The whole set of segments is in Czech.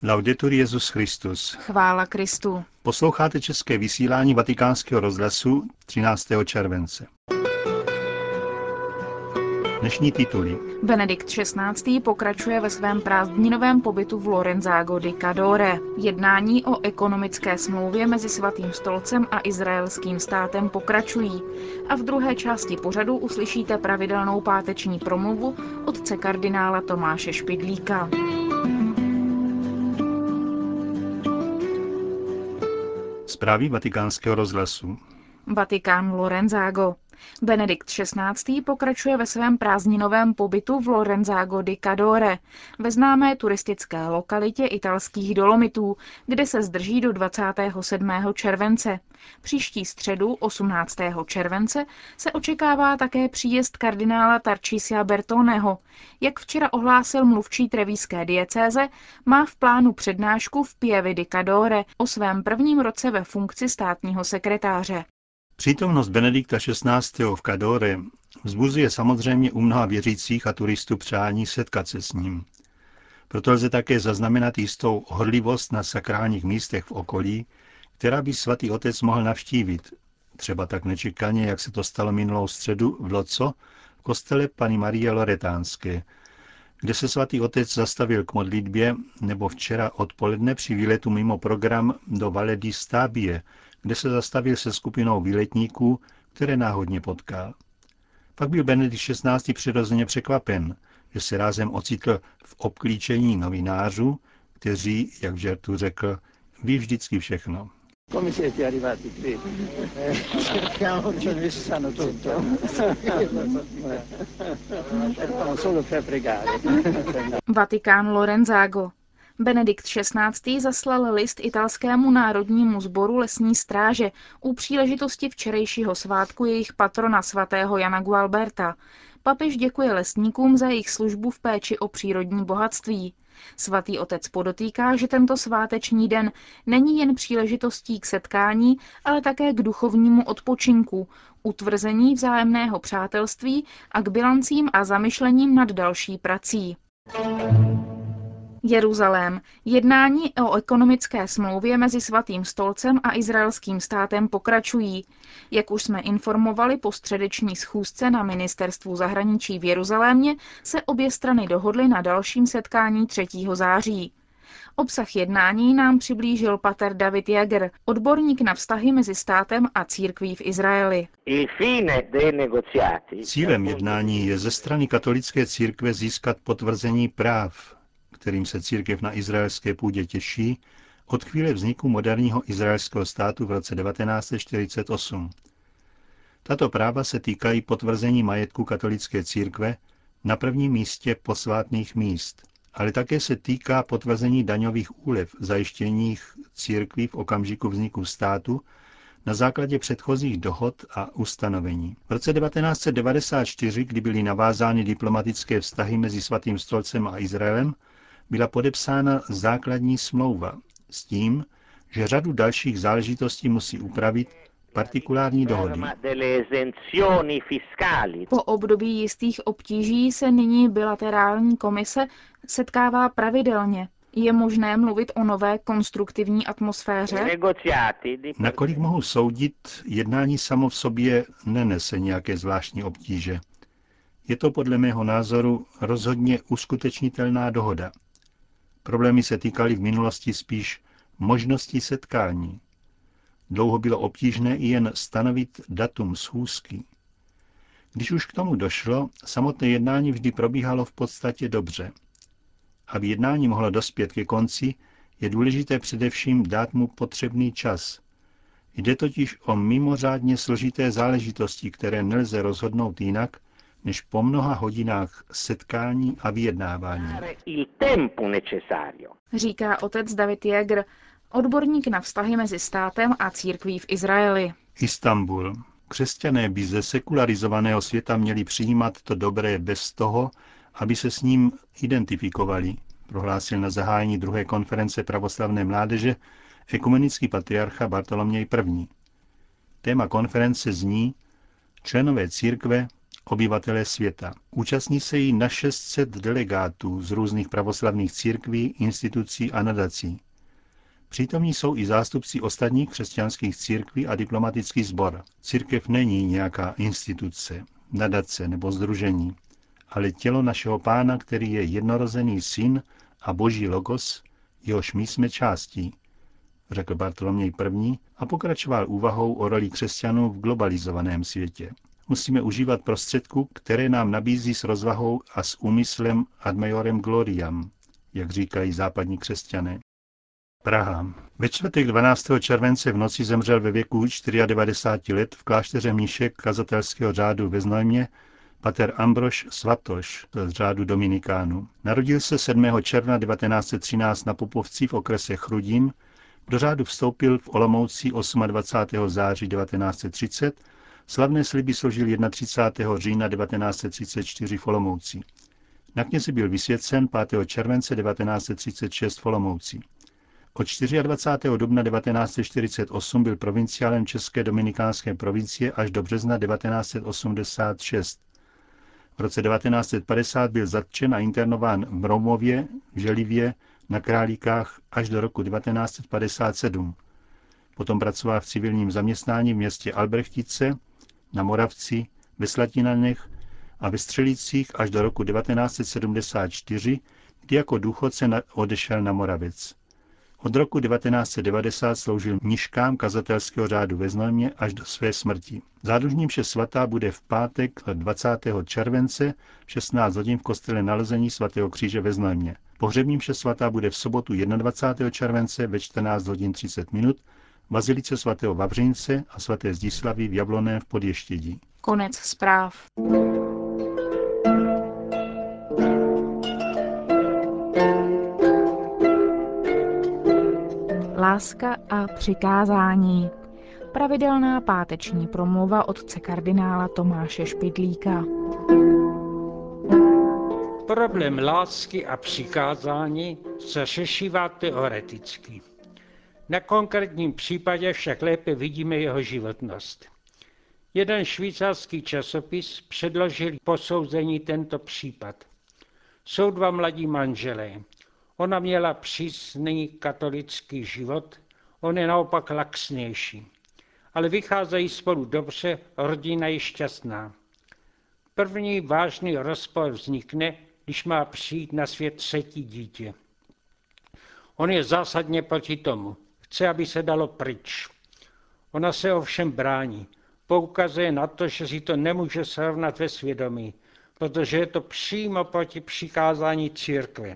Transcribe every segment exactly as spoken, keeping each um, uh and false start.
Laudetur Jesus Christus. Chvála Kristu. Posloucháte české vysílání Vatikánského rozhlasu třináctého července. Dnešní tituly. Benedikt šestnáctý. pokračuje ve svém prázdninovém pobytu v Lorenzago di Cadore. Jednání o ekonomické smlouvě mezi Svatým stolcem a izraelským státem pokračují. A v druhé části pořadu uslyšíte pravidelnou páteční promluvu otce kardinála Tomáše Špidlíka. Zprávy Vatikánského rozhlasu. Vatikán Lorenzago. Benedikt šestnáctý. pokračuje ve svém prázdninovém pobytu v Lorenzago di Cadore, ve známé turistické lokalitě italských Dolomitů, kde se zdrží do dvacátého sedmého července. Příští středu, osmnáctého července, se očekává také příjezd kardinála Tarcisia Bertoneho. Jak včera ohlásil mluvčí trevíské diecéze, má v plánu přednášku v Pieve di Cadore o svém prvním roce ve funkci státního sekretáře. Přítomnost Benedikta šestnáctého. v Cadore vzbuzuje samozřejmě u mnoha věřících a turistů přání setkat se s ním. Proto lze také zaznamenat jistou horlivost na sakrálních místech v okolí, která by svatý otec mohl navštívit. Třeba tak nečekaně, jak se to stalo minulou středu v Loco, v kostele Panny Marie Loretánské, kde se svatý otec zastavil k modlitbě, nebo včera odpoledne při výletu mimo program do Valle di Stabie, kde se zastavil se skupinou výletníků, které náhodně potkal. Pak byl Benedikt šestnáctý. přirozeně překvapen, že se rázem ocitl v obklíčení novinářů, kteří, jak v žertu řekl, ví vždycky všechno. Vatikán Lorenzago. Benedikt šestnáctý. zaslal list italskému národnímu sboru lesní stráže u příležitosti včerejšího svátku jejich patrona svatého Jana Gualberta. Papež děkuje lesníkům za jejich službu v péči o přírodní bohatství. Svatý otec podotýká, že tento sváteční den není jen příležitostí k setkání, ale také k duchovnímu odpočinku, utvrzení vzájemného přátelství a k bilancím a zamyšlením nad další prací. Jeruzalém. Jednání o ekonomické smlouvě mezi Svatým stolcem a izraelským státem pokračují. Jak už jsme informovali po středeční schůzce na ministerstvu zahraničí v Jeruzalémě, se obě strany dohodly na dalším setkání třetího září. Obsah jednání nám přiblížil pater David Jager, odborník na vztahy mezi státem a církví v Izraeli. Cílem jednání je ze strany katolické církve získat potvrzení práv, kterým se církev na izraelské půdě těší od chvíle vzniku moderního izraelského státu v roce devatenáct set čtyřicet osm. Tato práva se týkají potvrzení majetku katolické církve na prvním místě posvátných míst, ale také se týká potvrzení daňových úlev zajištěných církví v okamžiku vzniku státu na základě předchozích dohod a ustanovení. V roce devatenáct set devadesát čtyři, kdy byly navázány diplomatické vztahy mezi Svatým stolcem a Izraelem, byla podepsána základní smlouva s tím, že řadu dalších záležitostí musí upravit partikulární dohody. Po období jistých obtíží se nyní bilaterální komise setkává pravidelně. Je možné mluvit o nové konstruktivní atmosféře? Nakolik mohu soudit, jednání samo v sobě nenese nějaké zvláštní obtíže. Je to podle mého názoru rozhodně uskutečnitelná dohoda. Problémy se týkaly v minulosti spíš možností setkání. Dlouho bylo obtížné i jen stanovit datum schůzky. Když už k tomu došlo, samotné jednání vždy probíhalo v podstatě dobře. Aby jednání mohlo dospět ke konci, je důležité především dát mu potřebný čas. Jde totiž o mimořádně složité záležitosti, které nelze rozhodnout jinak, než po mnoha hodinách setkání a vyjednávání. Říká otec David Jager, odborník na vztahy mezi státem a církví v Izraeli. Istanbul. Křesťané by ze sekularizovaného světa měli přijímat to dobré bez toho, aby se s ním identifikovali, prohlásil na zahájení druhé konference pravoslavné mládeže ekumenický patriarcha Bartoloměj I. Téma konference zní Členové církve obyvatelé světa. Účastní se jí na šest set delegátů z různých pravoslavných církví, institucí a nadací. Přítomní jsou i zástupci ostatních křesťanských církví a diplomatický sbor. Církev není nějaká instituce, nadace nebo sdružení, ale tělo našeho Pána, který je jednorozený syn a boží logos, jehož my jsme částí, řekl Bartoloměj I. a pokračoval úvahou o roli křesťanů v globalizovaném světě. Musíme užívat prostředků, které nám nabízí s rozvahou a s úmyslem ad maiorem gloriam, jak říkají západní křesťané. Praha. Ve čtvrtek dvanáctého července v noci zemřel ve věku devadesát čtyři let v klášteře mnišek kazatelského řádu ve Znojmě pater Ambrož Svatoš z řádu Dominikánů. Narodil se sedmého června devatenáct set třináct na Popovci v okrese Chrudím. Do řádu vstoupil v Olomouci dvacátého osmého září devatenáct set třicet, slavné sliby složil třicátého prvního října devatenáct set třicet čtyři v Olomouci. Na kněze byl vysvěcen pátého července devatenáct set třicet šest v Olomouci. Od dvacátého čtvrtého dubna devatenáct set čtyřicet osm byl provinciálem České dominikánské provincie až do března devatenáct set osmdesát šest. V roce devatenáct set padesát byl zatčen a internován v Mroumově, v Želivě, na Králíkách až do roku devatenáct set padesát sedm. Potom pracoval v civilním zaměstnání v městě Albrechtice, na Moravci, ve Slatinanech a ve Střelicích až do roku devatenáct set sedmdesát čtyři, kdy jako důchodce odešel na Moravec. Od roku devatenáct set devadesát sloužil mniškám kazatelského řádu ve Znojmě až do své smrti. Zádužní mše svatá bude v pátek dvacátého července v šestnáct hodin v kostele Nalezení svatého kříže ve Znojmě. Pohřební mše svatá bude v sobotu dvacátého prvního července ve čtrnáct hodin třicet minut v bazilice svatého Vavřince a svaté Zdislavy v Jablonném v Podještědí. Konec zpráv. Láska a přikázání. Pravidelná páteční promluva otce kardinála Tomáše Špidlíka. Problém lásky a přikázání se řešívá teoreticky. Na konkrétním případě však lépe vidíme jeho životnost. Jeden švýcarský časopis předložil posouzení tento případ. Jsou dva mladí manželé. Ona měla přísný katolický život, on je naopak laxnější. Ale vycházejí spolu dobře, rodina je šťastná. První vážný rozpor vznikne, když má přijít na svět třetí dítě. On je zásadně proti tomu, chce, aby se dalo pryč. Ona se ovšem brání, poukazuje na to, že si to nemůže srovnat ve svědomí, protože je to přímo proti přikázání církve.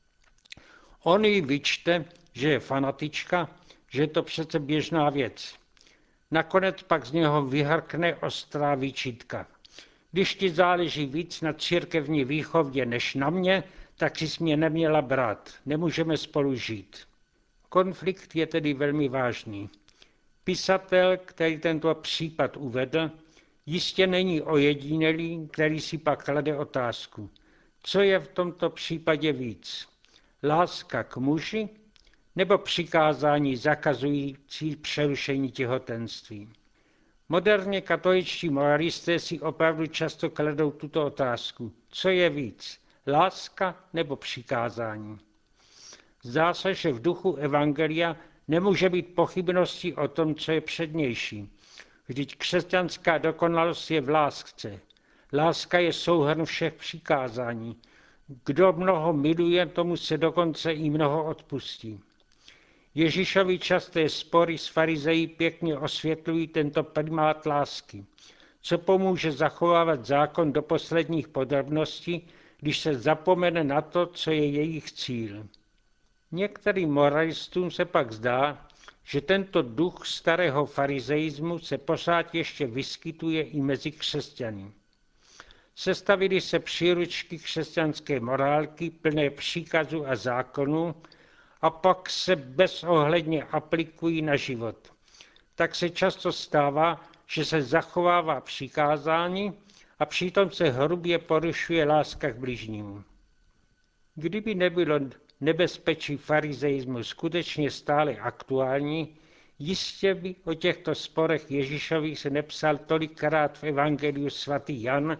On jí vyčte, že je fanatička, že je to přece běžná věc. Nakonec pak z něho vyhrkne ostrá výčitka. Když ti záleží víc na církevní výchově než na mě, tak jsi mě neměla brát, nemůžeme spolu žít. Konflikt je tedy velmi vážný. Pisatel, který tento případ uvedl, jistě není ojedinělý, který si pak klade otázku. Co je v tomto případě víc? Láska k muži nebo přikázání zakazující přerušení těhotenství? Moderně katoličtí moralisté si opravdu často kladou tuto otázku. Co je víc? Láska nebo přikázání? Zdá se, že v duchu evangelia nemůže být pochybností o tom, co je přednější. Vždyť křesťanská dokonalost je v lásce. Láska je souhrn všech přikázání. Kdo mnoho miluje, tomu se dokonce i mnoho odpustí. Ježíšovi časté spory s farizeji pěkně osvětlují tento primát lásky. Co pomůže zachovávat zákon do posledních podrobností, když se zapomene na to, co je jejich cíl. Některým moralistům se pak zdá, že tento duch starého farizeismu se pořád ještě vyskytuje i mezi křesťany. Sestavily se příručky křesťanské morálky plné příkazů a zákonů a pak se bezohledně aplikují na život. Tak se často stává, že se zachovává přikázání a přitom se hrubě porušuje láska k bližnímu. Kdyby nebylo nebezpečí farizeismu skutečně stále aktuální, jistě by o těchto sporech Ježíšových se nepsal tolikrát v evangeliu svatý Jan,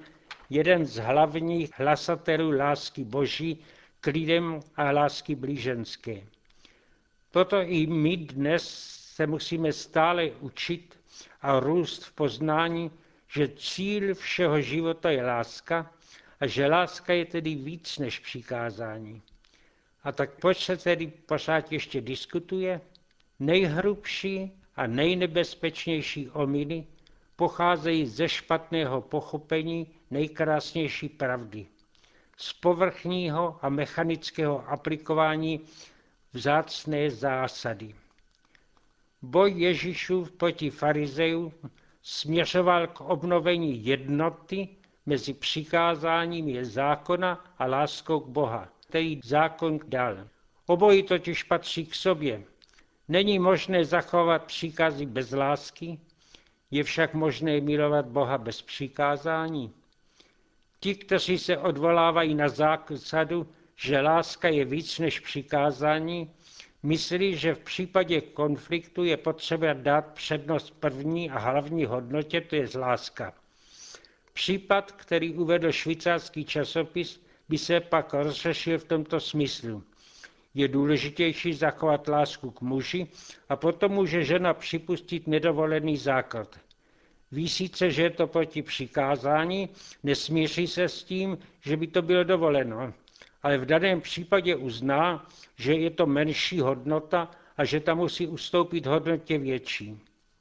jeden z hlavních hlasatelů lásky Boží k lidem a lásky blíženské. Proto i my dnes se musíme stále učit a růst v poznání, že cíl všeho života je láska a že láska je tedy víc než přikázání. A tak proč se tedy pořád ještě diskutuje? Nejhrubší a nejnebezpečnější omyly pocházejí ze špatného pochopení nejkrásnější pravdy, z povrchního a mechanického aplikování vzácné zásady. Boj Ježíšův proti farizejům směřoval k obnovení jednoty mezi přikázáním zákona a láskou k Boha, který zákon dal. Obojí totiž patří k sobě. Není možné zachovat příkazy bez lásky, je však možné milovat Boha bez přikázání. Ti, kteří se odvolávají na zásadu, že láska je víc než přikázání, myslí, že v případě konfliktu je potřeba dát přednost první a hlavní hodnotě, to je láska. Případ, který uvedl švýcarský časopis, by se pak rozřešil v tomto smyslu. Je důležitější zachovat lásku k muži a potom může žena připustit nedovolený základ. Ví sice, že je to proti přikázání, nesmíří se s tím, že by to bylo dovoleno, ale v daném případě uzná, že je to menší hodnota a že tam musí ustoupit hodnotě větší.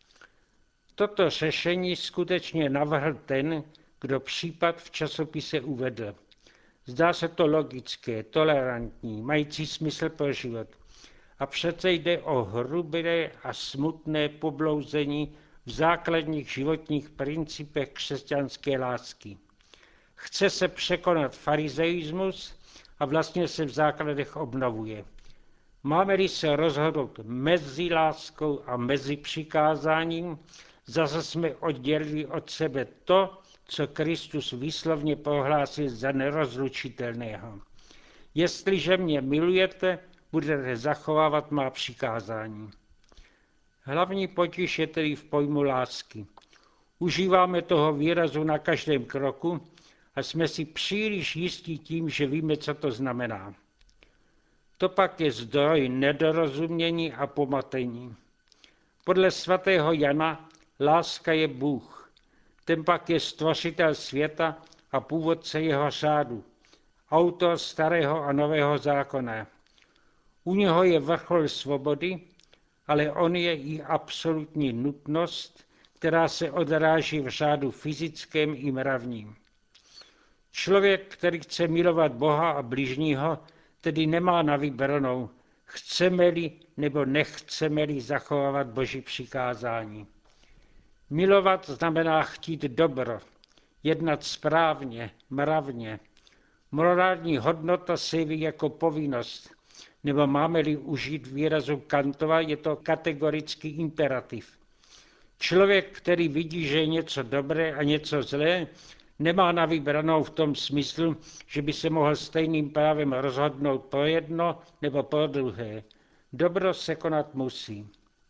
Toto řešení skutečně navrhl ten, kdo případ v časopise uvedl. Zdá se to logické, tolerantní, mající smysl pro život. A přece jde o hrubé a smutné poblouzení v základních životních principech křesťanské lásky. Chce se překonat farizeismus a vlastně se v základech obnovuje. Máme-li se rozhodnout mezi láskou a mezi přikázáním, zase jsme oddělili od sebe to, co Kristus výslovně prohlásil za nerozlučitelného. Jestliže mě milujete, budete zachovávat má přikázání. Hlavní potíž je tedy v pojmu lásky. Užíváme toho výrazu na každém kroku a jsme si příliš jistí tím, že víme, co to znamená. To pak je zdroj nedorozumění a pomatení. Podle svatého Jana láska je Bůh. Ten pak je stvořitel světa a původce jeho řádu, autor starého a nového zákona. U něho je vrchol svobody, ale on je i absolutní nutnost, která se odráží v řádu fyzickém i mravním. Člověk, který chce milovat Boha a bližního, tedy nemá na vybranou, chceme-li nebo nechceme-li zachovávat Boží přikázání. Milovat znamená chtít dobro, jednat správně, mravně. Morální hodnota se jeví jako povinnost, nebo máme-li užít výrazu Kantova, je to kategorický imperativ. Člověk, který vidí, že je něco dobré a něco zlé, nemá na vybranou v tom smyslu, že by se mohl stejným právem rozhodnout pro jedno nebo pro druhé. Dobro se konat musí.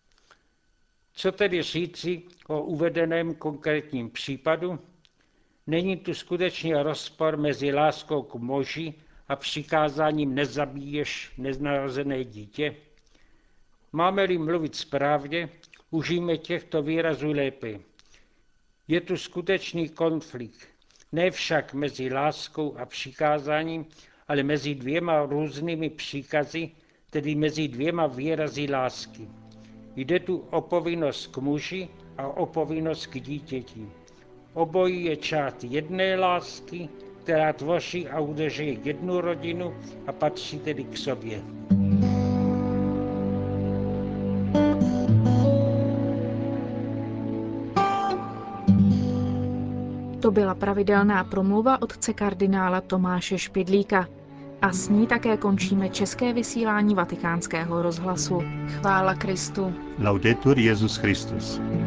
Co tedy říci o uvedeném konkrétním případu? Není tu skutečně rozpor mezi láskou k muži a přikázáním nezabíješ nenarozené dítě? Máme-li mluvit správně, užijme těchto výrazů lépe. Je tu skutečný konflikt, ne však mezi láskou a přikázáním, ale mezi dvěma různými příkazy, tedy mezi dvěma výrazy lásky. Jde tu o povinnost k muži a o povinnost k dítěti. Obojí je část jedné lásky, která tvoří a udržuje jednu rodinu a patří tedy k sobě. To byla pravidelná promluva otce kardinála Tomáše Špidlíka. A s ní také končíme české vysílání Vatikánského rozhlasu. Chvála Kristu. Laudetur Jesus Christus.